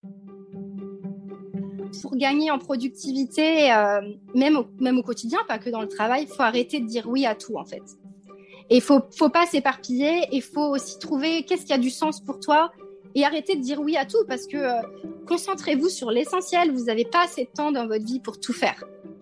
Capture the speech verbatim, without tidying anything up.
Pour gagner en productivité, euh, même, au, même au quotidien, pas que dans le travail, il faut arrêter de dire oui à tout, en fait. Et il faut, faut pas s'éparpiller, et il faut aussi trouver qu'est-ce qui a du sens pour toi, et arrêter de dire oui à tout, parce que euh, concentrez-vous sur l'essentiel, vous n'avez pas assez de temps dans votre vie pour tout faire.